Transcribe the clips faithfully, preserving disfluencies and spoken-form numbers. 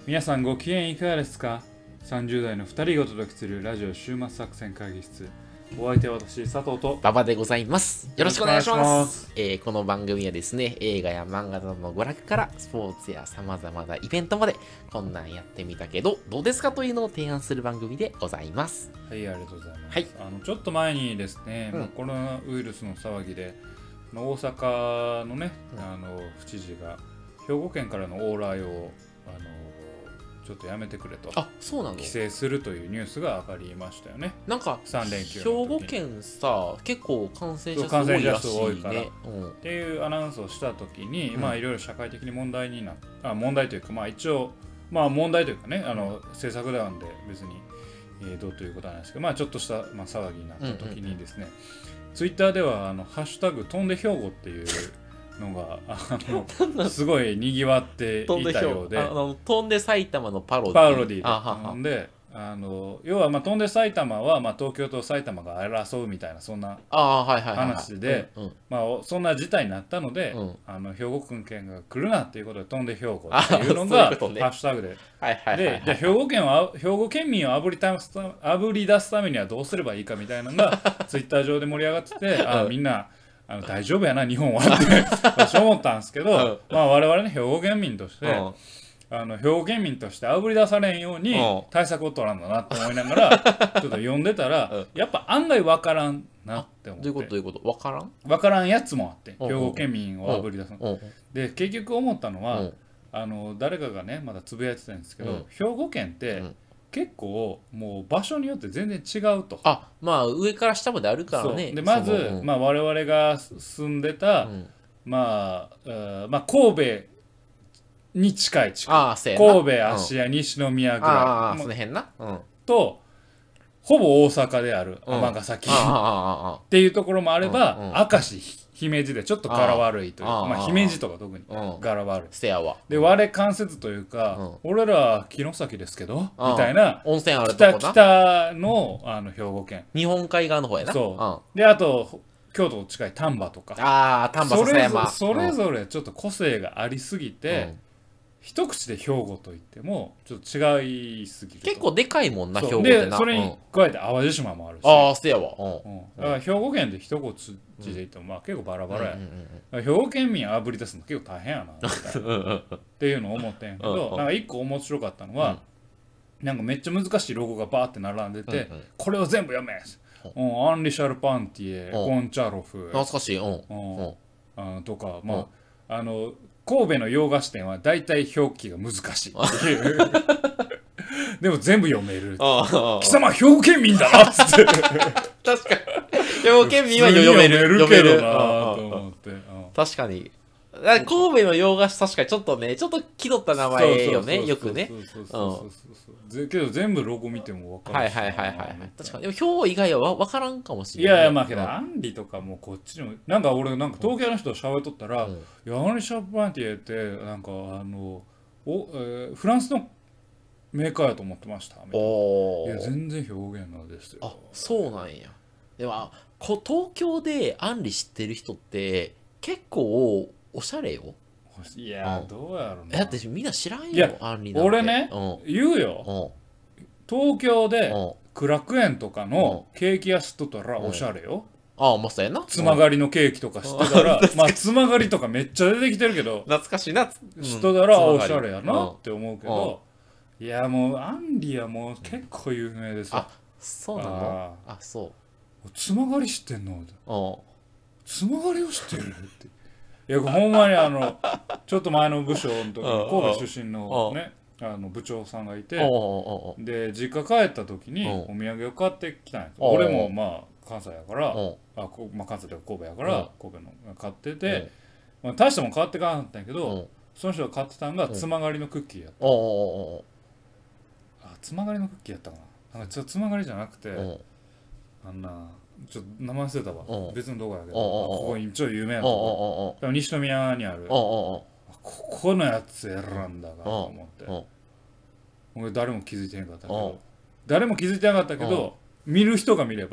皆さんご機嫌いかがですか？ さんじゅう 代のふたりがお届けするラジオ週末作戦会議室。お相手は私佐藤と馬場でございます。よろしくお願いします。 よろしくお願いしますえーこの番組はですね、映画や漫画などの娯楽からスポーツや様々なイベントまでこんなんやってみたけどどうですかというのを提案する番組でございます。 はい、ありがとうございます。 はい、 あのちょっと前にですね、 うんまあコロナウイルスの騒ぎで、まあ大阪のね、 うんあの府知事が兵庫県からの往来をあのちょっとやめてくれとあ、そうなの？ 規制するというニュースが上がりましたよね。 なんかさん連休兵の時に庫県さ、結構感染者数感染者多いらし数多いからいね。うんっていうアナウンスをしたときに、 うんまあいろいろ社会的に問題になっあ問題というか、まあ一応まあ問題というかね、あの政策なんで別に、えーどうということはないですけど、まあちょっとした、まあ、騒ぎになったときにですね、ツイッターではあのハッシュタグ飛んで兵庫っていうのがあのすごい賑わってい飛んでたようで、 あの飛んで埼玉のパロディパロディで。 あははなんであの要はまあ飛んで埼玉は、まあ、東京と埼玉が争うみたいなそんなあーはいはいはいはい話で、 うんうんまあ、そんな事態になったので、 うんあの兵庫県が来るなっていうことで飛んで兵庫あっていうのそうがいうことねハッシュタグで。 はいはいはいで、 はいじゃあ兵庫県は兵庫県民をあぶり出すたあぶり出すためにはどうすればいいかみたいなのがツイッター上で盛り上がってて、あうんみんなあの大丈夫やな日本はって私思ったんですけど、 うんまあ我々ね兵庫県民として、 うんあの兵庫県民としてあぶり出されんようにうん対策を取らんだなって思いながらちょっと読んでたら、 うんやっぱ案外わからんなって思って。 どういうことどういうことわからん分からんやつもあってうん兵庫県民をあぶり出すのうんで結局思ったのは、 うんあの誰かがねまだつぶやいてたんですけど、 うん兵庫県って、 うん結構もう場所によって全然違うと。 あ、まあ上から下まであるからね。 そうでまず、 そのうんまあ、我々が住んでた、 うんまあ、あーまあ神戸に近い地区、 ああ、そうやな。 神戸芦屋、西宮ぐああ、 らいその辺な。うん。あとほぼ大阪であるうん尼崎、 あ、ああ、 っていうところもあれば、 うんうん明石姫路でちょっと柄悪いというか、 ああまあ、姫路とか特にああ、うん。 柄悪いせやわ。 で我関節というか、 うん俺ら城崎ですけどうんみたいな温泉あると北こな。 北のあの兵庫県日本海側の方やな。 そうであと京都と近い丹波とかうん。ああ、丹波それぞ篠山。 それぞれちょっと個性がありすぎて、 うん一口で兵庫といってもちょっと違いすぎると結構でかいもんな、兵そう庫ってな。 でそれにうん加えて淡路島もあるし、 ああ、せやわ。うん。 うんだから兵庫県で一口で言っても、まあ結構バラバラや、 うんうんだから兵庫県民あぶり出すの結構大変やなみたいなうんうんうんっていうのを思ってんやけうんうんどなんか一個面白かったのは、なんかめっちゃ難しいロゴがバーって並んでて、 うんうんこれを全部読め、うん、アンリシャルパンティエ、 うんゴンチャロフ、 懐かしい。うん。 うんうんあとか、まあ、あの神戸の洋菓子店は大体表記が難しいっていうでも全部読めるああ、 貴様兵庫県民だなっつって確かに。兵庫県民は読める。 読めるけどなうんと思って、うん確かに。だから神戸の洋菓子確かにちょっとね、ちょっと気取った名前よね、よくね。 そうそうそうそうそうぜけど全部ロゴ見ても分かるしはいはいはいはいはい。確かに。でも兵庫以外はわ分からんかもしいれない。 やいやまあけどうんアンリとかもこっちにもなんか俺なんか東京の人と喋っとったら、 うんいやアンリシャルパンティエってなんかあのお、えーフランスのメーカーやと思ってましたみたいないやおー。 全然表現なんですよ。 あ、そうなんや。でも、あこ東京でアンリ知ってる人って結構おしゃれよ。 いやうんどうやろうな。 えだってみんな知らんいやよ、アンリなんて。 俺ねうん。 言うようん。 東京でうん。 苦楽園とかのケーキ屋知っとったらおしゃれよ。 ああ、まあそうやな。 つまがりのケーキとか知ってたらまあつまがりとかめっちゃ出てきてるけど懐かしいな。うん知っとったらあおつまがりしゃれやなって思うけどいやもうアンリはもう結構有名ですよ。 あ、そうなのあそつまがり知ってんのう。うん。 つまがりを知ってるっていやほんまにあのちょっと前の部署の時にうん神戸出身のねあの部長さんがいておうおうおうで実家帰った時にうんお土産を買ってきたんやうん俺もまあ関西やからおうあこ、まあ、関西というか神戸やかうんら神戸の買ってうんて、まあ、大したもん買ってかなかったんやけど、 うんその人が買ってたんがつまがりのクッキーやった、 おうおうおうあつまがりのクッキーやったかななんかちょっとつまがりじゃなくて、 おうあんなちょっと名前忘れたわ、 うん別のどこやけど、 うんうんうんあここにちょっと有名なおうとこおうおうでも西宮にある、 おうおうあここのやつ選んだかと思って、 おう俺誰も気づいてへんかったけうんど誰も気づいてなかったけど見る人が見ればおう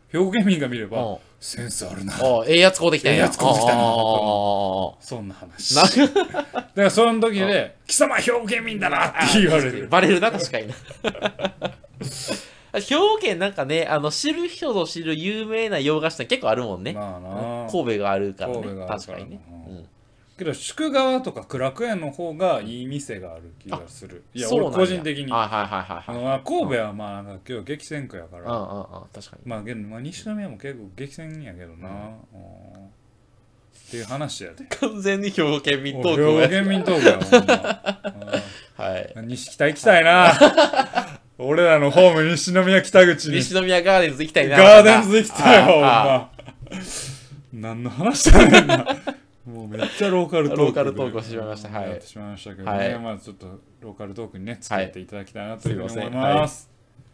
兵庫県民が見れうんばセンスあるな、 あええやつ買うてきたんや。 ええやつ買うてきたなああそんな話だからその時で貴様兵庫県民だなって言われる。 バレるな、確かにな。兵庫県なんかね、あの、知る人ぞ知る有名な洋菓子店結構あるもんね。 まあな神戸があるからね。 神戸があるから確かにね。 うんうんけど宿川とか苦楽園の方がいい店がある気がする。いや俺そうなんや個人的にはいはいはいはいはい。 まあ神戸はまあなんか今日激戦区やから、 うんうんうん、確かに。 まあけど、まあ、西宮も結構激戦やけどな、うんっていう話やで。 完全に兵庫県民トー兵クをや庫県民トークやほんま、 はい。 うん、西北行きたいな俺らのホーム西宮北口に西宮ガーデンズ行きたいな。 ガーデンズ行きたいよほんあま何の話だねんなもうめっちゃローカルトークローカルトークをしてしまいましたはいやってしまいましたけどね、 はいまあちょっとローカルトークにね付き合っていただきたいなというふうに思いすいませんます、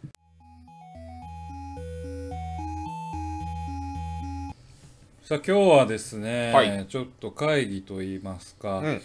さあ今日はですね、 はいちょっと会議といいますか、 うん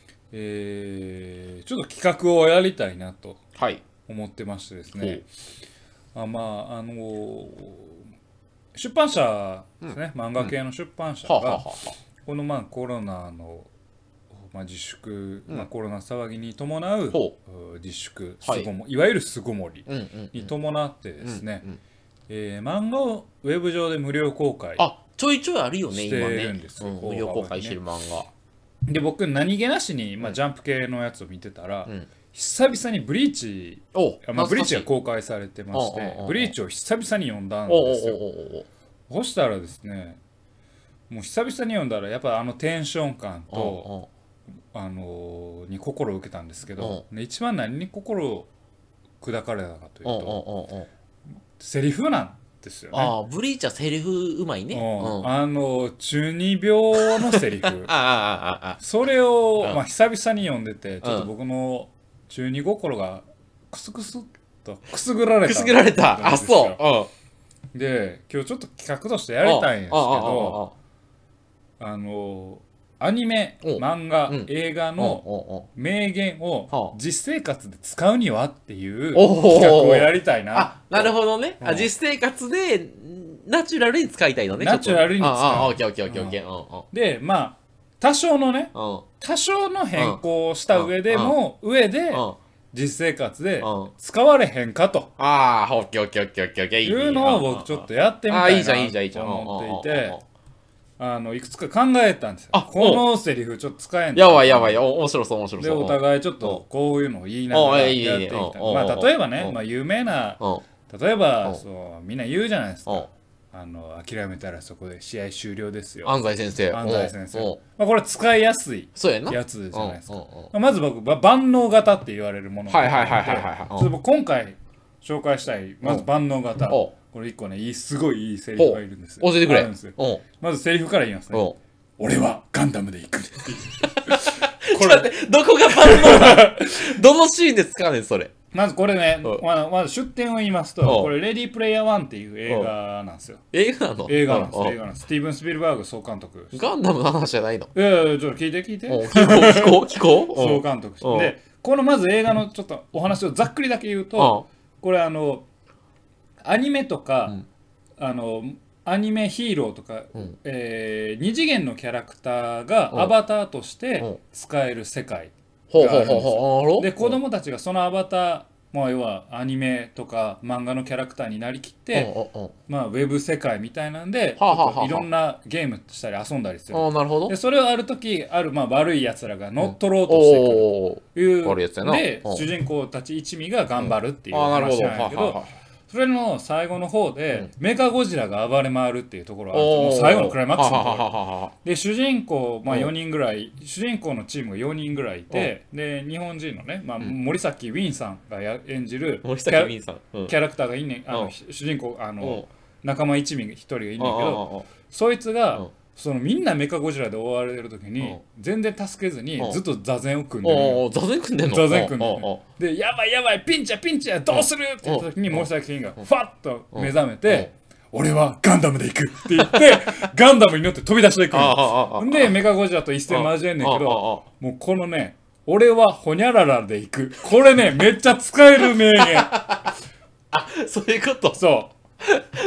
えーちょっと企画をやりたいなとはい。 思ってましてですね、あまああのー出版社ですね、漫画系の出版社が、 はあ、はあはこのまあコロナの、まあ、自粛、 うんまあ、コロナ騒ぎに伴うほう自粛、 はい巣ごもいわゆる巣ごもりあ、うんうん、 に伴ってですね、 うんうんえー漫画をウェブ上で無料公開あ、ちょいちょいあるよね、 して今ね。 るんですようん、無料公開してる漫画。 で僕何気なしに、まあ、ジャンプ系のやつを見てたら、 うん。 久々にブリーチ、 おまあ、ブリーチがこ公開されてましておうおうおうおうブリーチを久々に読んだんおおおですよ。 おおそしたらですねもう久々に読んだらやっぱあのテンション感おとおあのーに心を受けたんですけど、で一番何に心を砕かれたかというおおとおおセリフなんですよね。 ああ、ブリーチはセリフうまいね。 うんうん。ああの中二病のセリフあ、ああ、ああ、 それを、 うんまあ、久々に読んでてちょっと僕の中二心がクスクスっとくすぐられたくすぐられた。あ、そう。うん。 で今日ちょっと企画としてやりたいんですけどあのアニメお漫画、 うん映画おのお名言はをあ実生活で使うにはっていうおお企画をやりたいな。 あ、なるほどね。あ、 うん実生活でナチュラルに使いたいのね。 ナチュラルに使うああ、オッケーオッケーオッケーオッケー。うんでまあ多少のねうん。うん。 多少の変更をした上でも上でうん。 実生活でうん。 使われへんかとああ、オッケーオッケーオッケーオッケーオッケー。いいねいうのを僕ちょっとやってみああ、 たいいいじゃんいいじゃんいいじなとゃん。 思っていてうんうんうんうんあのいくつか考えたんですよ。 あこのセリフちょっと使えんのやばいやばい。お面白そう面白そう。 でお互いちょっとこういうのを言いながおらいいいいいいやっていきたい。 おまあ例えばねおまあ有名なうん。 例えばうんそうみんな言うじゃないですうんか。あの諦めたらそこで試合終了ですよ。 安西先生。 安西先生うんうんまあこれ使いやすいそうやな。 やつじゃないですか。 うんうんうんまあまず僕ば万能型って言われるものがあってはいはいはいはいはいはいちょっと僕今回紹介したいまず万能型おこれ一個ねいいすごいいいセリフがいるんですよ。 教えてくれ。 あるんですようん。 まずセリフから言いますね。 うん。 俺はガンダムで行くっていうこれ、どこが反応だどのシーンで使うねん、それ。 まずこれね、 うんまあ、まず出典を言いますと、 うんこれ、レディープレイヤーワンっていう映画なんですよ。 映画なの映画なんです、 うん映画なんです。スティーブン・スピルバーグ総監督。いガンダムの話じゃないのやいや、ちょっと聞いて聞いて。 うん聞こう、聞こう、聞こう。 総うん監督して。 うんで、このまず映画のちょっとお話をざっくりだけ言うと、これあの、アニメとか、 うんあの、アニメヒーローとか、 うんえー二次元のキャラクターがうんアバターとしうんて使える世界。 ほうほうほうほう。 で子供たちがそのアバター、まあ、要はアニメとか漫画のキャラクターになりきって、 うんうんうんまあ、ウェブ世界みたいなんで、 はあはあはあちょっといろんなゲームしたり遊んだりする。 ああ、なるほどで。それをある時あるまあ悪いやつらが乗っ取ろうとしてくるおお。 という、 悪いやつやなうんで主人公たち一味が頑張るっていうああ、なるほど。 話なんやけど、 はははそれの最後の方で、 うんメカゴジラが暴れ回るっていうところがあってもう最後のクライマックスのところははははで主人公、まあ、 うんよにんぐらい、主人公のチームがよにんぐらいいて、で日本人のね、まあん森森崎ウィンさんがや演じる森キャ崎ウィンさん。うんキャラクターがいんねんあの、 うん主人公あの、 うん仲間一味一人がいんねんけど、 ど、 そいつが、 うんそのみんなメカゴジラで追われる時に、 うん全然助けずに、 うんずっと座禅を組んでるのよおお、座禅組んでんの座禅組んでるおうおうでやばいやばいピンチやピンチやどうするって言った時にうん森崎ウィンがファッと目覚めうんて、俺はガンダムで行くって言ってガンダムに乗って飛び出していくああのああああでメカゴジラと一戦交えんねんけどああああもうこのね俺はホニャララで行くこれねめっちゃ使える名言そういうこと。 そう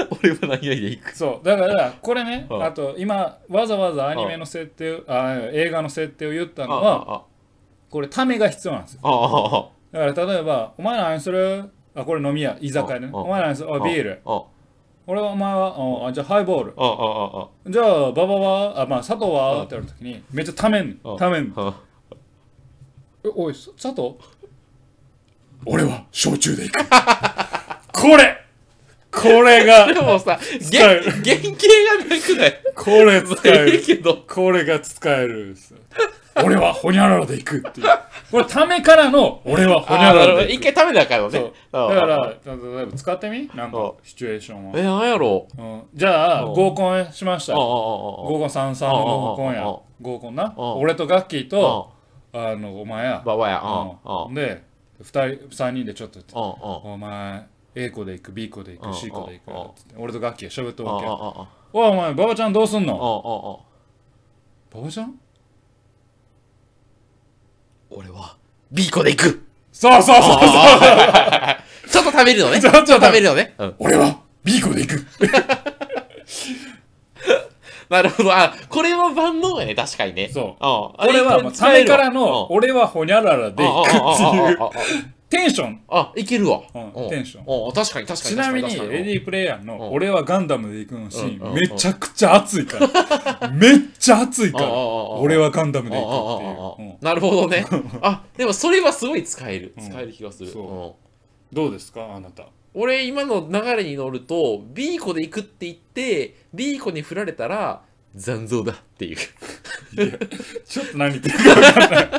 俺は何々で行く。 そうだからこれね、 うんあと今わざわざアニメの設定あ映画の設定を言ったのはあこれためが必要なんですよ。 あああだから例えばお前ら何するあこれ飲み屋居酒屋でねああお前ら何するあビールあ俺はお前はあじゃあハイボールあああじゃあ馬場はあまあ佐藤はって言われた時にめっちゃためんあためんあえおい佐藤俺は焼酎でいくこれこれがでもさ、 使える原原型がなくないこれ使えるいいけど。 これが使えるんですよ俺はホニャララでいくっていうこれためからの俺はホニャララでいく一回食べなあかんのね。 そうだから例えば使ってみなんかシチュエーションをえ、なんやろうんじゃあうん合コンしましたああ合コンさんさんの合コンやああ合コンなああ俺とガッキーあとあのお前やババや。ああうんでふたりさんにんでちょっと言ってああお前 A 子で行く B 子で行あく C 子で行ああくつって俺とガッキーがしゃべっとるあわけやああおいお前馬場ちゃんどうすんああのあ馬場ちゃん俺は B 子で行く。 そうそうそうそうちょっと食べるのね。 ちょっと食べるのね。うん。 俺は B 子で行くなるほど。あ、これは万能やね。確かにね。 そうあこれはもうためからのうん俺はホニャララで行くっていうああああああテンションあ、いけるわ。 うんテンションン。確かに確かに。 ちなみに確かレディープレイヤーのうん俺はガンダムで行くのシーうんうんンめちゃくちゃ熱いからめっちゃ熱いからああああ俺はガンダムであああ行ああくっていううんなるほどね。あ、でもそれはすごい使える。 うん使える気がする。 そううんどうですかあなた俺今の流れに乗ると B 子で行くって言って B 子に振られたら残像だっていう。 ちょっと何言ってるか分かんない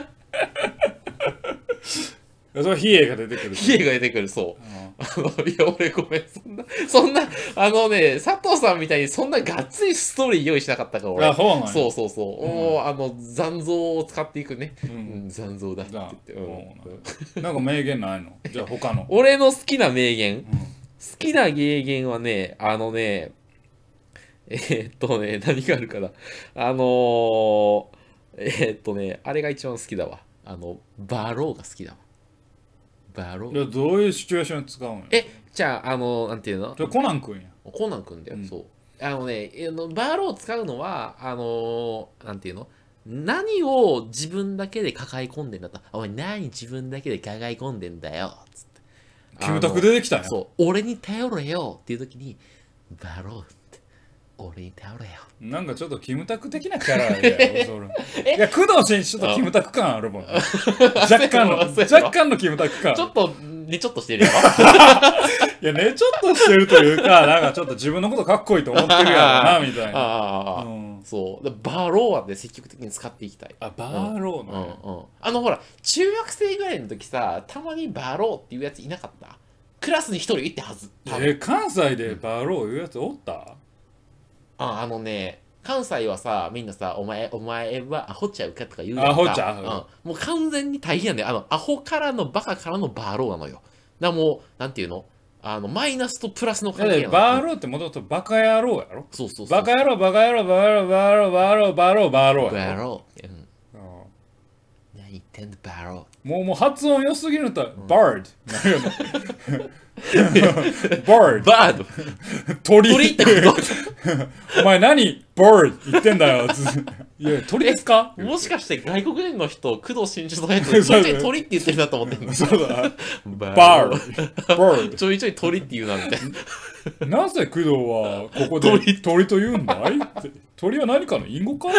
それは比叡が出てくる冷えが出てくる、そう。 うんあの、いや、俺ごめん、そんな、そんな、あのね、佐藤さんみたいにそんながっつりストーリー用意しなかったから、俺。 あそうなんやそうそうそう。もう、あの、残像を使っていくね。 ううんん、残像だってじゃあ言って。うんなんか名言ないのじゃあ他の俺の好きな名言。 うん好きな名言はね、あのね、えーっとね、何があるかな。あのー、えーっとね、あれが一番好きだわ。あの、バローが好きだわ。バロー。 いやどういうシチュエーションで使うのよえ、じゃあ、あの、なんていうのそれコナン君やコナン君だよ、 うんそう。あのね、あのバーローを使うのは、あのーなんていうの何を自分だけで抱え込んでんだと。お前何自分だけで抱え込んでんだよ。つって。 キムタク出てきたんやそう。俺に頼れよっていう時に、バーローって、俺に頼れよ。 なんかちょっとキムタク的なキャラやよそれいや工藤新一ちょっとキムタク感あるもんね若干のそうやろ若干のキムタク感ちょっと、ね、ちょっとしてるやろいやねちょっとしてるというかなんかちょっと自分のことかっこいいと思ってるやろなみたいなああ、 うんそう。でバーローはね、積極的に使っていきたい。 あバーローうんのうん、あのほら中学生ぐらいの時さたまにバローっていうやついなかった？クラスに一人いってはず多分え関西でバーロー言うやつおったああのね関西はさみんなさお前お前はアホちゃうかとか言うやんかアホちゃううん、もう完全に大変やねあのアホからのバカからのバローなのよだからもうなんていうのあのマイナスとプラスの関係やのバーローってもともとバカ野郎やろそうそうそうバカ野郎バカ野郎バカ野郎バカ野郎バカ野郎バカ野郎バカ野郎やろバロー、うん、 うん何言ってんだバロもうもう発音良すぎるとバードなるよねバーーバードド鳥鳥ってこお前何バード言ってんだよついや鳥ですかともしかして外国人の人工藤新一とかやつそうそうちょいちょい鳥って言ってるなと思ってんのそうだババーロドバーちょいちょい鳥って言うなみたいなドなぜ工藤はここで鳥と言うんだいって鳥は何かの隠語か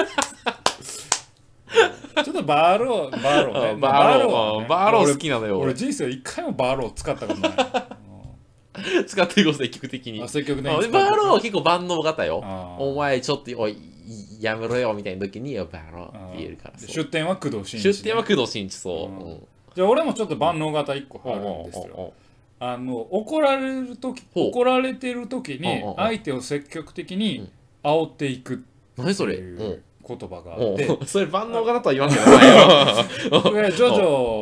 ちょっとバーローバーローねバーローはねバーロー好きなのよ俺俺人生で一回もバーロー使ったことない使っていこう積極的にあ積極的あにバーローは結構万能型よあーお前ちょっとおいやめろよみたいな時にバーローって言えるからそう出店は工藤新一ね出店は工藤新一そううんうんじゃあ俺もちょっと万能型一個あるんですよあの怒られる時ほう怒られてる時にうんうん相手を積極的うんに煽っていくって何それいう言葉があうんってうんそれ万能型とは言わんけどないよこれジョジョ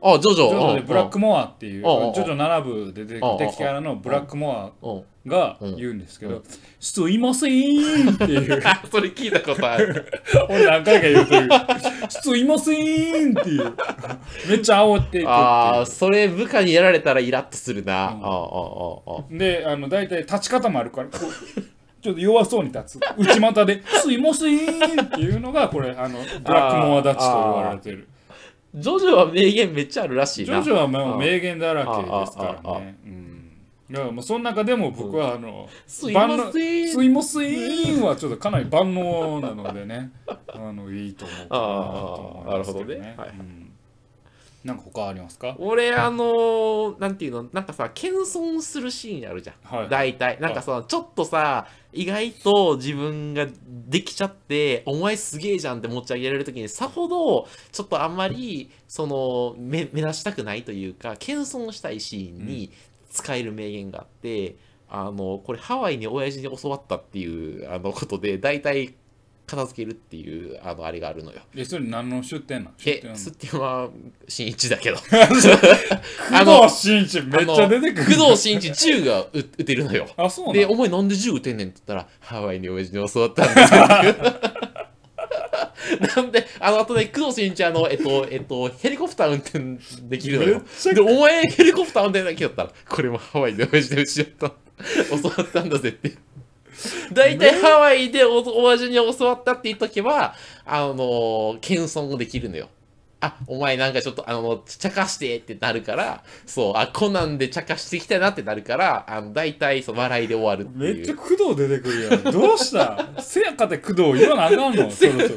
あ、ジョジョ。 ジョジョでブラックモアっていう、 うんうんジョジョなな部で出てきた敵キャラのブラックモうん。 アが言うんですけどうん、 すいませんっていう、 あ、それ聞いたことある。 俺何回か言うという、すいませんっていう、めっちゃ煽っていくああ、 ってそれ部下にやられたらイラッとするな。ああ、 うんああ、ああ。 いう。で、あの、大体立ち方もあるから、こうちょっと弱そうに立つ。内股で、すいませんっていうのが、これ、あの、ブラックモア立ちと言われてる。 ジョジョは名言めっちゃあるらしいな。 ジョジョはもう名言だらけですかああああらね。うんだからもうその中でも僕はあの、 すいません万能すいませんはちょっとかなり万能なのでね、あのいいと思うかなと思いますけどね。 ああなるほどねはいうんなんか他ありますか？ 俺、あのーなんていうの、なんかさ、謙遜するシーンあるじゃん。 はい大体。なんかさ、ちょっとさ、意外と自分ができちゃって、お前すげえじゃんって持ち上げられるときに、さほど、ちょっとあんまり、その、目目立ちたくないというか、謙遜したいシーンに使える名言があって、あの、これハワイに親父に教わったっていうあのことで、大体片付けるっていう、あの、あれがあるのよ。 え、それ何の出典なん？出え、 典スッティは新一だけど。 工藤新一めっちゃ出てくる。 工藤新一銃が撃撃てるのよ。 あ、そうなで、 の？ お前なんで銃撃てんねんって言ったら、ハワイに親父に教わったんですよっていう。なんで、あの、あとね、工藤新一、あの、えっと、えっと、ヘリコプター運転できるのよめっ。ちゃで、お前ヘリコプター運転できるったら、これもハワイで親父で教わった、教わったんだぜって。大体ハワイでお親父に教わったって言っとけば、あの、謙遜もできるのよ。あ、お前なんかちょっと、あの、茶化してってなるから、そう、あ、コナンで茶化してきたなってなるから、あの、大体、そう、笑いで終わるっていう。 めっちゃ工藤出てくるやん。どうしたせやかて工藤言わなあかんのそろそろ。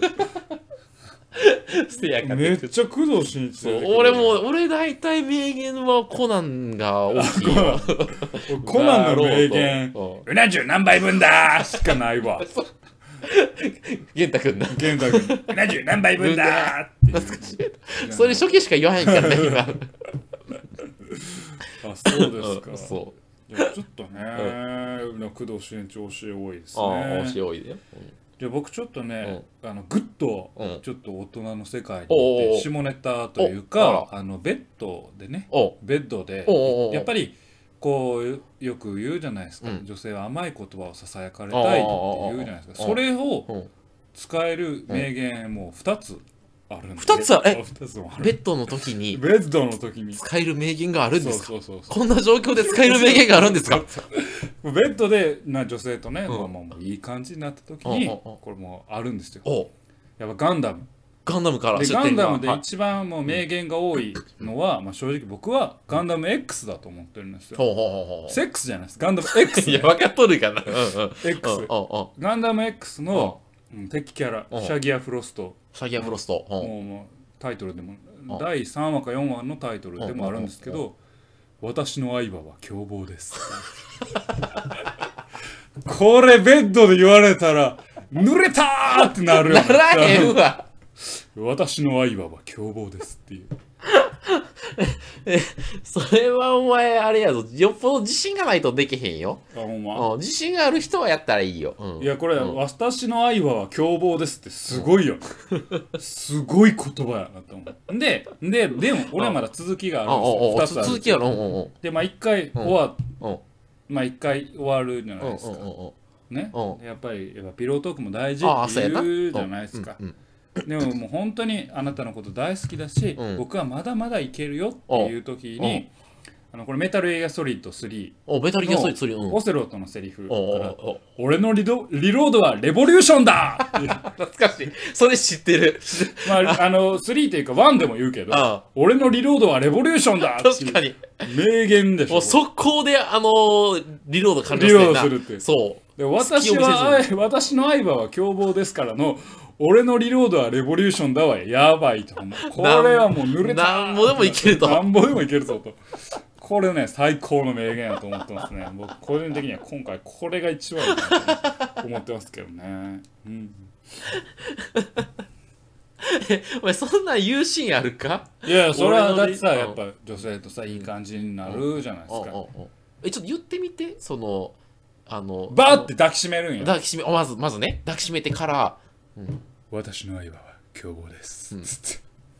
せやかめっちゃ工藤新一そう出てくる。 俺も、俺大体名言はコナンが大きいよ。 コナンの名言うんうな重何杯分だしかないわ。 玄太くんな。 健太君うな重何杯分だっていう懐かしい。それ初期しか言わへんからね、今。 あ、そうですか。 うんそう。 じゃあちょっとね、工藤新一教え多いですああ、面ね。 白いで。 じゃあ僕ちょっとね、あのグッとうん。 ちょっと大人の世界におうおうおう行って下ネタというおか、あのベッドでね、 おうベッドでおうおうおうやっぱりこうよく言うじゃないですか、 うん女性は甘い言葉をささやかれたいって言うじゃないですか。 おうおうおうそれをうん使える名言もふたつあるんで。 ふたつあえふたつもある。 ベッドの時にベッドの時に使える名言があるんですか？ そうそうそうそう。 こんな状況で使える名言があるんですか？ ベッドでな女性とね、 んまあまあまあいい感じになった時にうんうんうんこれもあるんですよ。 おうやっぱガンダムガンダムからで出典がガンダムではい一番もう名言が多いのは、まあ、正直僕はガンダム X だと思ってるんですよ。 ほうほうほうほうセックスじゃないです。ガンダム X いや、分かっとるかな。うんうん。 X うんうんうんガンダム X のうん敵キャラうんシャギア・フロストシャギアフロスト。うんもうもうタイトルでもうんだいさんわかよんわのタイトルでもあるんですけど「私の相葉は凶暴です」これベッドで言われたら濡れたーってなるよならへんわ。 私の相葉は凶暴ですっていう。 それはお前、あれやぞ。よっぽど自信がないとできへんよ。 あほんまうん自信がある人はやったらいいよ。うんいやこれ、 うん私の相葉は凶暴ですってすごいよ、すごい言葉やなと思う。でででも俺はまだ続きがあるんですよ。 おうおうおうふたつある続きやろ。うんうんうんでまあ一回終わうんまあ一回終わるじゃなうんいですか、 うんうんねうんでやっぱりやっぱピロートークも大事ってああそうやな言うじゃないですか。 うんうんでももう本当にあなたのこと大好きだし、 うん僕はまだまだいけるよっていう時おうにあのこれメタルエアソリッドスリおベタリギャソリーそれうんのオセロットのセリフかおうおうらおう 「俺のリドリロードはレボリューションだ!」っていう懐かしい。それ知ってる。 まあ、あのスリーというかワンでも言うけどああ 「俺のリロードはレボリューションだ!」っていう確かに。 名言でしょ。 もう速攻で、あのー、リロード完了リロードなするっていうそう。 で私は私の相葉は凶暴ですからの俺のリロードはレボリューションだわやばいと思う。これはもう濡れたなんぼでもいけるとなんぼでもいけるぞと。これね最高の名言やと思ってますね。僕個人的には今回これが一番いいなと思ってますけどね。うんお前、そんなん言うシーンあるか？ いやそれは俺のだってさうんやっぱ女性とさいい感じになるじゃないですか。 うんうんうんえ、ちょっと言ってみて、その、あの、 バーって抱きしめるんよ。 抱きしめ、まず、まずね、抱きしめてから、 私の相葉は凶暴です。 うんつって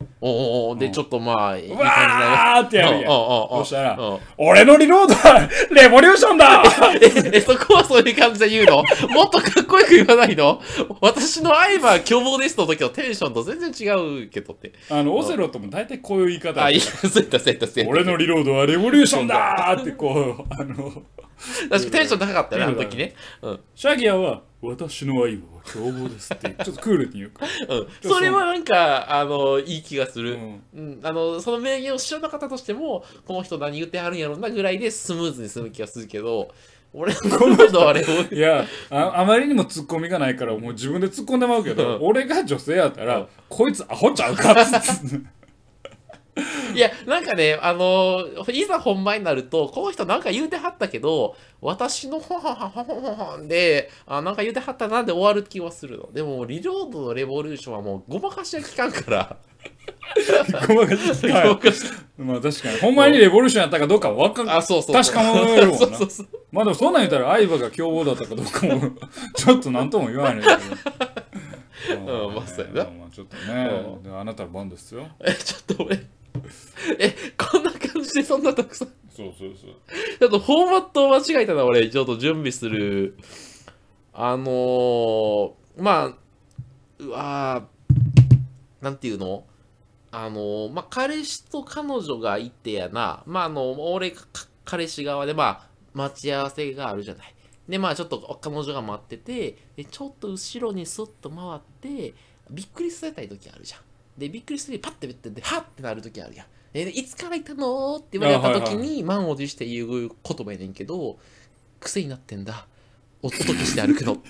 おおおで、 うんちょっとまあ、いい感うわーってやるやん。 うんうんうんそしたらうん、 俺のリロードはレボリューションだえ、え、そこはそういう感じで言うのもっとかっこよく言わないの私の相葉凶暴ですの時のテンションと全然違うけどって。 あの、オセロットも大体こういう言い方やあ、いや、そうやった、そうやった、そうやった。 俺のリロードはレボリューションだーってこう、あの、 確かにテンション高かったね、あの時ね。うん。 シャギアは、私の相棒は凶暴ですって、ちょっとクールに言うか。 うん。それはなんか、あの、いい気がする。 うんうん。あの、その名言を知らなかったとしても、この人何言ってはるんやろなぐらいでスムーズに済む気がするけど、俺のこの人あれを。 いやあ、あまりにもツッコミがないからもう自分で突っ込んでまうけど、 うん俺が女性やったら、 うんこいつアホちゃうかっつっていや、なんかね、あのいざ本番になると、この人なんか言うてはったけど、私のほははほほほほんで、あ、なんか言うてはったなで終わる気はするの。でも、リロードのレボリューションはもうごまかしは聞かんから。 ごまかし聞かんごまかしまあ確かにほんまにレボリューションやったかどうかわかんあ、そうそう。 確かめるもんなそうそうそう。 まあでもそんなん言ったら相葉が凶暴だったかどうかもちょっと何とも言わないけどうんまあそうやなまあまあちょっとね、であなたの番ですよ。 え、ちょっと俺、え、こんな感じでそんなたくさん。 そうそうそうちょっとフォーマットを間違えたな、俺。ちょっと準備する。あのー、まあ、うわーなんていうのあのー、まあ、彼氏と彼女がいてやな。まあ、あの、俺、か彼氏側で、まあ、待ち合わせがあるじゃない。で、まあ、ちょっと彼女が待ってて、でちょっと後ろにスッと回って、びっくりされたい時あるじゃん。で、びっくりするパッて言って、はっってなる時あるやん。え、いつからいたのって言われた時に、満を持して言う言葉やねんけど、癖になってんだ。おととけして歩くのって。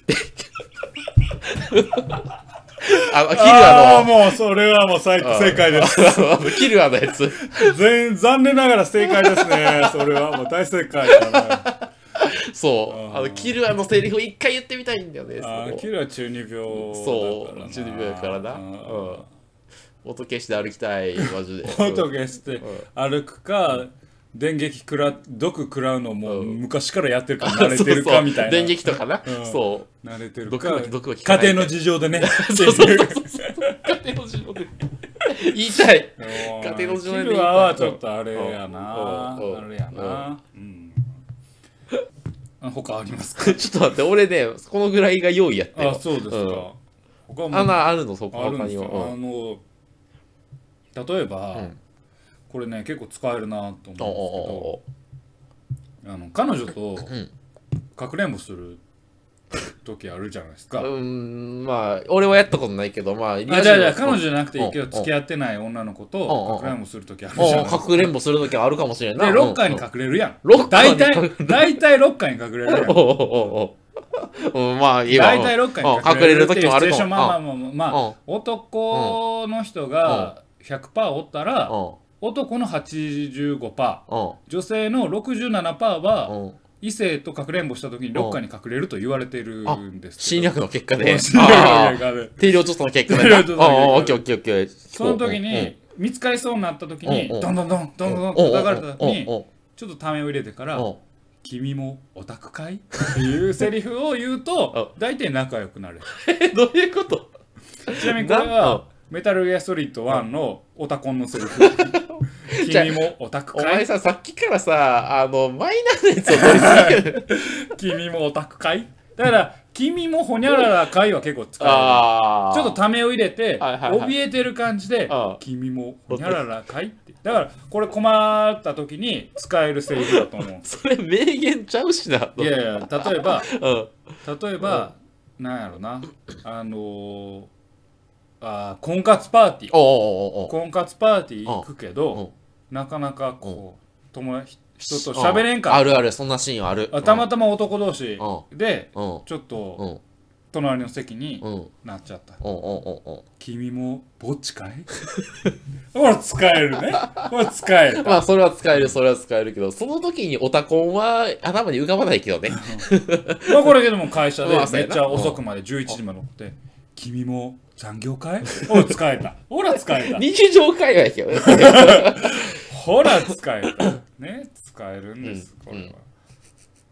あ、キルああアの、 もうそれはもう最正解ですキルアのやつ。 全残念ながら正解ですねそれはもう大正解だなそう。あの、キルアのセリフを一回言ってみたいんだよね。 あーキルは中二病だからなそう、中二病やからな。うん。音消して歩きたい、マジで。 音消して歩くか電撃食ら毒食らうのもうん昔からやってるから慣れてるかみたいな電撃とかな。 うんそ慣れてう。 るか毒は毒は効かない。 家庭の事情でねそうそうそうそう。家庭の事情で。言いたい。家庭の事情でキルアはちょっとあれやなうんうんあれやなうんあ他ありますかちょっと待って、俺ね、このぐらいが用意やってよ。 あそうですうんか他もあな、あるの、そこ、 あるん他には。 ですかあうんの例えばうんこれね結構使えるなと思うんですけおおどおあの彼女とんかくれんぼする時あるじゃないですか。 おうーん、まあ、俺はやったことないけど、まあ、 あじゃあじゃあ彼女うんじゃなくていいけどうん付き合ってない女の子うんとかくれんぼする時あるじゃないおですか。 かくれんぼするときはあるかもしれんな。 でロッカーにうん隠れるやん。 ロッカー大に隠体大体ロッカーに隠れるやん。 おうおうおうおううんまあ、いいわ。 大体ロッカーに隠れるっていう時もあるシチュエーションかまあまあも。 まあまあ、まあ、男の人がひゃくパーセントおったらうん男のはちじゅうごパーセントうん女性のろくじゅうななパーセントはうん異性とかくれんぼした時にロッカーに隠れると言われてるんですけど侵略の結果で。 侵略のあ結果でー定量調査の結果で。 定量調査の結果でああ、オッケーオッケーオッケー。 その時に見つかりそうになった時にうんうんどんどんどんどんどんどんうん叩かれた時にうんうんちょっとためを入れてからうん 「君もオタクかい?」っていうセリフを言うと大体仲良くなる。 え、どういうことちなみにこれなはメタルギアソリッドワンのオタコンのセリフ。君もオタクかいお前さ、さっきからさ、あの、マイナーなやつを取りすぎる。 君もオタクかいだから「君もほにゃららかい」は結構使える。 ああ。 ちょっとためを入れてはいはいはい怯えてる感じでああ 「君もほにゃららかい?」ってだからこれ困った時に使えるセリフだと思う。 それ名言ちゃうしな。 いやいや例えばうん。 例えばなんやろなあのー、あー婚活パーティーおうおうおうおう婚活パーティー行くけうんどなかなかこう友達人と喋れんかっあるある、そんなシーンある。 たたまたま男同士でうん。 ちょっうとん。 隣の席にうん。うん。 なっちゃった。 うん。うん。 君もぼっちかいほら使えるね。ほら使える。 まあ、それは使える、それは使えるけど、その時にオタコンは頭に浮かばないけどね。 まあこれけども会社でまあそうやなめっちゃ遅くまでじゅういちじまで乗って「君も残業かい?」ほら使えた。ほら使えた。 日常会話やけどね。 ほら使えた。ね使えるんですこれは。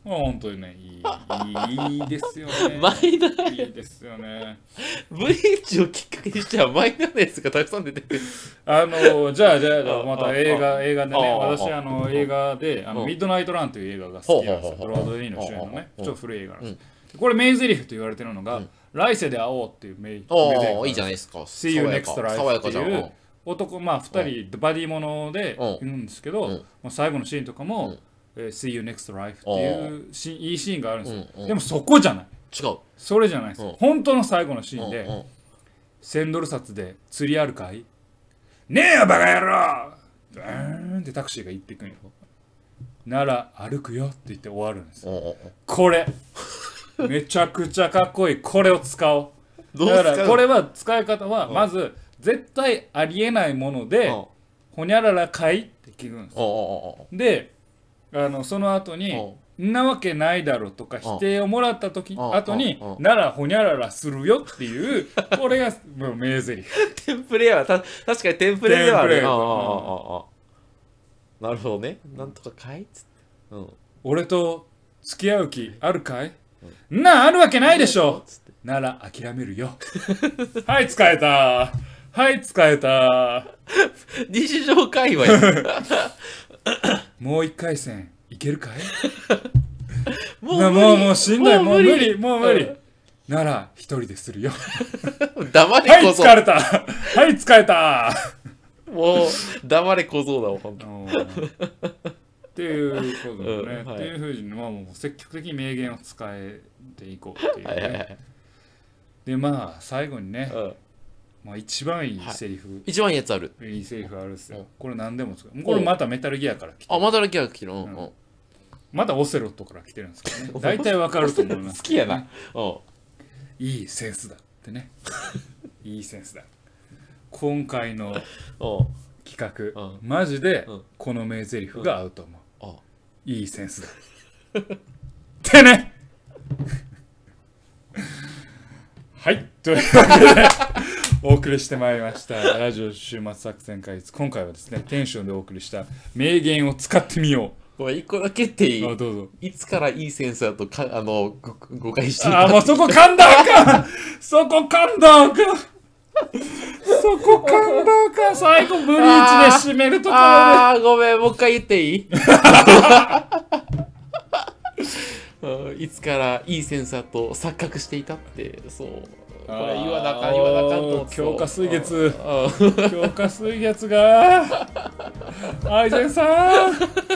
本当にね、いい、いいですよね。 マイナーいいですよね。 ブリーチをきっかけにしてはマイナーなやつがたくさん出てくる。 あの、じゃあ、じゃあ、じゃあまたあ映画、 あ映画でね、 あ私、あの、映画で、あの、 うんミッドナイトランという映画が好きなんですよ。 ほうほうほうほうブロードウェイの主演のね、 うんちょっと古い映画なんですうん。 これ、メイン台詞と言われてるのがうん、 来世で会おうっていうメイン台ああ、いい詞じゃないですか。 See you next 爽 life やかじゃん。 っていう男、まあ、二人、バディものでうんいるんですけど、 うんもう最後のシーンとかうもん、 えー See you next life っていうシーンいいシーンがあるんですよ。 うんうんでもそこじゃない。 違う。 それじゃないですうん。 本当の最後のシーンで、 うんうんせんドル札で釣りあるかいねえよバカ野郎ブーンってタクシーが行ってくんよ。なら歩くよって言って終わるんですよ。 うんうんこれめちゃくちゃかっこいい。これを使おう。 どうだからこれれは使い方はうんまず絶対ありえないものでほにゃららかいって聞くんですよ。であのその後にんなわけないだろとか否定をもらった時うん後にうんならほにゃららするよっていうこれがもう名台詞。 テンプレはた確かにテンプレではある。 テンプレああああああなるほどね。なんとかかいっつって。うん。 俺と付き合う気あるかい、んなあるわけないでしょつってなら諦めるよはい使えたはい使えた日常会話や。 もう一回戦いけるかいもなもうもうしんどいもう無理もう無理、 うんなら一人でするよ黙れはい小僧。 疲れたはい使えたもう黙れ小僧だわほんと。 っていうことでね、 うんはいっていうふうに、まあ、もう積極的に名言を使えていこうっていうね、 はいはいはい。 でまあ最後にね、 うんまあ、一番いいセリフ、 一番いいやつある。 いいセリフあるんですよ、 うんこれ何でも使うこれまたメタルギアから来てあ、まだだけが来てる。うんうん。 うんまたオセロットから来てるんですけどね大体わかると思います好きやな。うん。 いいセンスだってねいいセンスだ今回のうん。 企画、 うんマジでうんこの名台詞が合うと思う、 あ、 いいセンスだってねはいというわけでお送りしてまいりましたラジオ週末作戦会議室。今回はですねテンションでお送りした名言を使ってみよごめん、一個だけっていい。 うあどうぞいつからいいセンスだとか、あの、ご誤解していた。 あもうそこ噛んだらあかんそこ噛んだらあかんそこ噛んだらあかん最後ブリーチで締めるところでああ、ごめん、もう一回言っていいうんいつからいいセンサーと錯覚していたって、そう。これ言わなあかん、言わなあかんと思って。 強化水月うん強化水月がアイゼンさん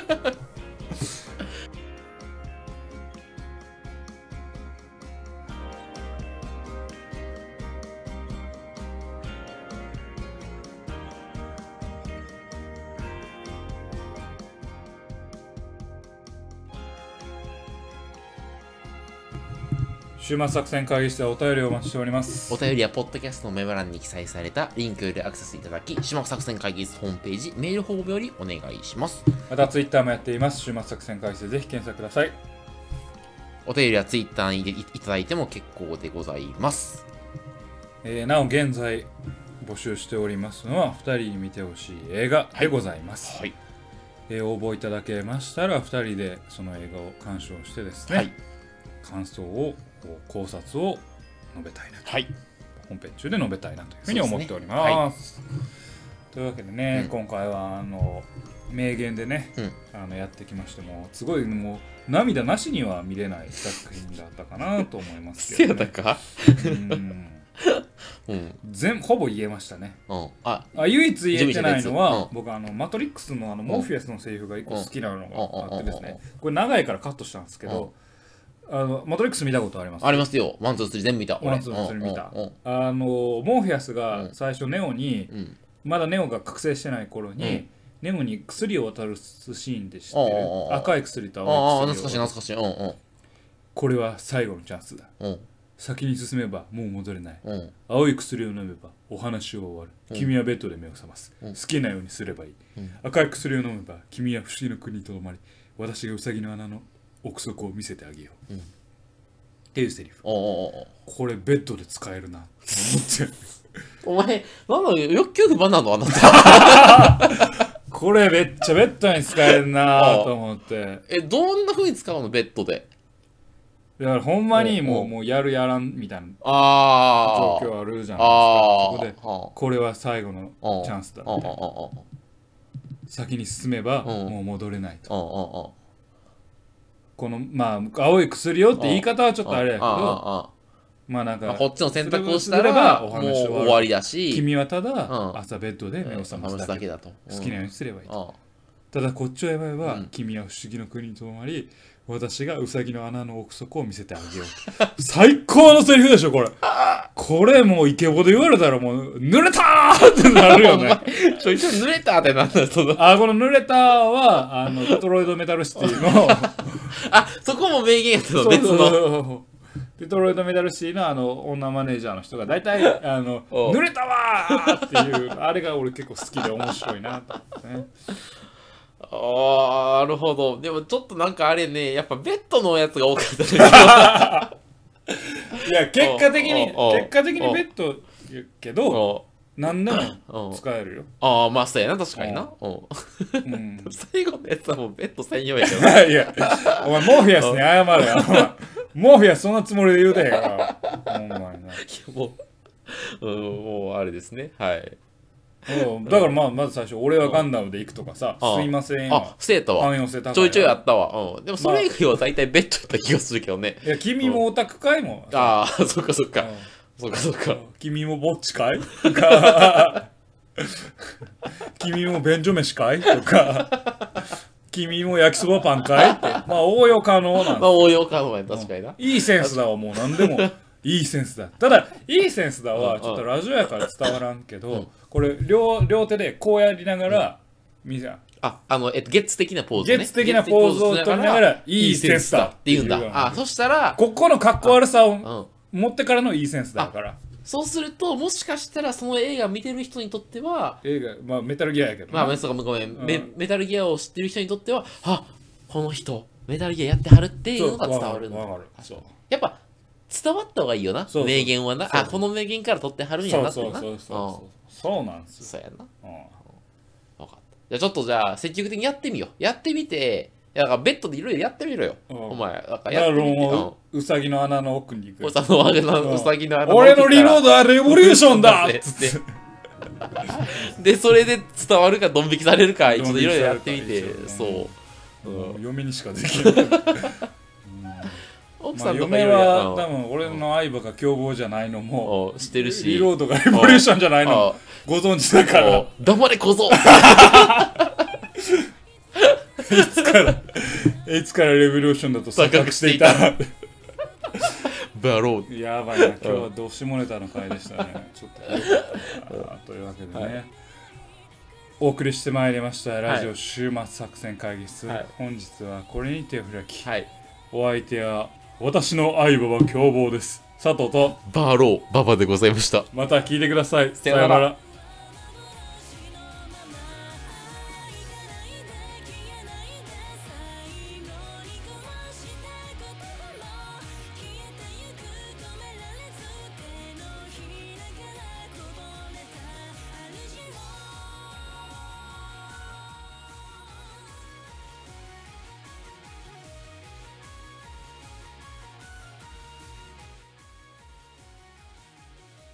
週末作戦会議室でお便りをお待ちしておりますお便りはポッドキャストのメモ欄に記載されたリンクよりアクセスいただき、島作戦会議室ホームページ、メールフォームよりお願いします。 またツイッターもやっています週末作戦会議室でぜひ検索ください。 お便りはツイッターにいいただいても結構でございます。 えーなお現在募集しておりますのはふたりに見てほしい映画でございます、 はい。 えー応募いただけましたらふたりでその映画を鑑賞してですね、 はい。 感想を考察を述べたいなと、 はい。 本編中で述べたいなというふうに思っておりそうます。というわけでね、 うん今回はあの名言でね、 うんあのやってきましてもすごいもう涙なしには見れない作品だったかなと思いますせけど、ね、 やだかうんうん。 全ほぼ言えましたね。 うん。あ、 あ唯一言えてないのは、 うん僕あのマトリックスのあのモーフィアスのセリフが一個好きなのがあってですね、これ長いからカットしたんですけど、あのマトリックス見たことあります？ ありますよ。ワン、ツー、スリー全部見た。 ワンツースリー見たうんうんあのモーフィアスが最初ネオに、 うん。 まだネオが覚醒してない頃に、 うんネオに薬を渡すシーンで知ってるうんうんうん赤い薬とああ、 青い懐薬をかしい懐かしい。うんこれは最後のチャンスだ。 うん。 先に進めばもう戻れない。 うん。うん。 青い薬を飲めばお話は終わる。 うん君はベッドで目を覚ます、 うん好きなようにすればいい、 うん赤い薬を飲めば君は不思議の国にとどまり私がウサギの穴の奥底を見せてあげよう、 うんっていうセリフ。 おうおうおうこれベッドで使えるなって思ってお前、なんだ欲求不満なのあなた。 これめっちゃベッドに使えるなと思ってえ、どんな風に使うのベッドで。 だからほんまにもおうおううもうやるやらんみたいなああ。 状況あるじゃないですか。 あそこであ。 これは最後のうんチャンスだうんうんみたいな。先に進めばうんもう戻れないと。 うんうんうんこのまあ青い薬よって言い方はちょっとあれやけうんうんうんど、まあなんかまあこっちの選択をしたすればらもうお話終わりだし、 君はただうん朝ベッドで目を覚ますだけ。 だと。 好きなようにすればいいと。 うんただこっちをやばいは、 うん君は不思議の国に泊まり、私がウサギの穴の奥底を見せてあげようと。最高のセリフでしょこれ。これもうイケボで言われたらもう濡れたーってなるよね。 ちょいちょい濡れたってなんだよその。 あ、この濡れたはあのデトロイドメタルシティのあ、そこも名言やったのそうそう別の。 そうデトロイドメタルシティのあの女マネージャーの人が大体あのおう濡れたわーっていうあれが俺結構好きで面白いなと思ってね。 ああ、なるほど。でもちょっとなんかあれね、やっぱベッドのやつが多かったね。 いや結果的におうおう結果的にベッド言うけどお何でうも使えるよ。 ああ、まあそうやな、確かにな。うんうん最後のやつはもうベッド専用やけど。 いやお前モーフィアスに謝れよ。お前モーフィアスそんなつもりで言うてへんからほんまにな。 もう、うん、もうあれですね。はい。 うんだからまあまず最初俺はガンダムで行くとかさうんすいませんあよ、 伏せたわ。 汎用性高いちょいちょいあったわ。うん。でもそれ以外は大体ベッドやった気がするけどね。 いや君もオタクかいもああ、そっかそっか。 うんそっかそっか。 君もぼっちかいとか君も便所飯かいとか君も焼きそばパンかいってまあ応用可能なんですまあ応用可能や、確かにな。 いいセンスだわもう何でもいいセンスだただいいセンスだうんはちょっとラジオやから伝わらんけど、 うんこれ 両, 両手でこうやりながら、見せあ、あの、えっと、月的なポーズね。 月的なポーズを取りながらいいセンスだって言うんだ。あ、そしたら、 ここのかっこ悪さをうん。 持ってからのいいセンスだからそうすると、もしかしたらその映画見てる人にとっては、 映画まあメタルギアやけどなまあ、そうかごめん、 うんメ、メタルギアを知ってる人にとっては、あ、この人、メタルギアやってはるっていうのが伝わるんだ。 わかるそうやっぱ、伝わった方がいいよな、 そうそう名言はな。 そうあ、この名言から取ってはるんやそうなってな。 そうそうそうそうそうなんですよそうやな。 うん分かった。じゃあちょっとじゃあ積極的にやってみよう。やってみて、いやだからベッドでいろいろやってみろよ。 うんお前、だからだからやってみて。 もううさぎの穴の奥に行くうん。おさのわがうんのうさぎの穴俺のリロードはレボリューションだっつでってで、それで伝わるかドン引きされるか、ちょっといろいろやってみてドン引き、さそうれる。 うん嫁にしかできない奥まあ嫁さんとかいろいはろ多分俺の相棒が凶暴じゃないのもうんしてるし。 リロードがレボリューションじゃないのもご存知だからうん黙れ小僧いつからいつからレボリューションだと錯覚していたバロー。 やばいな今日はどうしもネタの回でしたねちょっとよかったなというわけでね、 はいお送りしてまいりましたラジオ週末作戦会議室、 はい本日はこれにて開き、 はい。 お相手は私の相棒は凶暴です佐藤とバロー、ババでございました。 また聞いてくださいさよならさよなら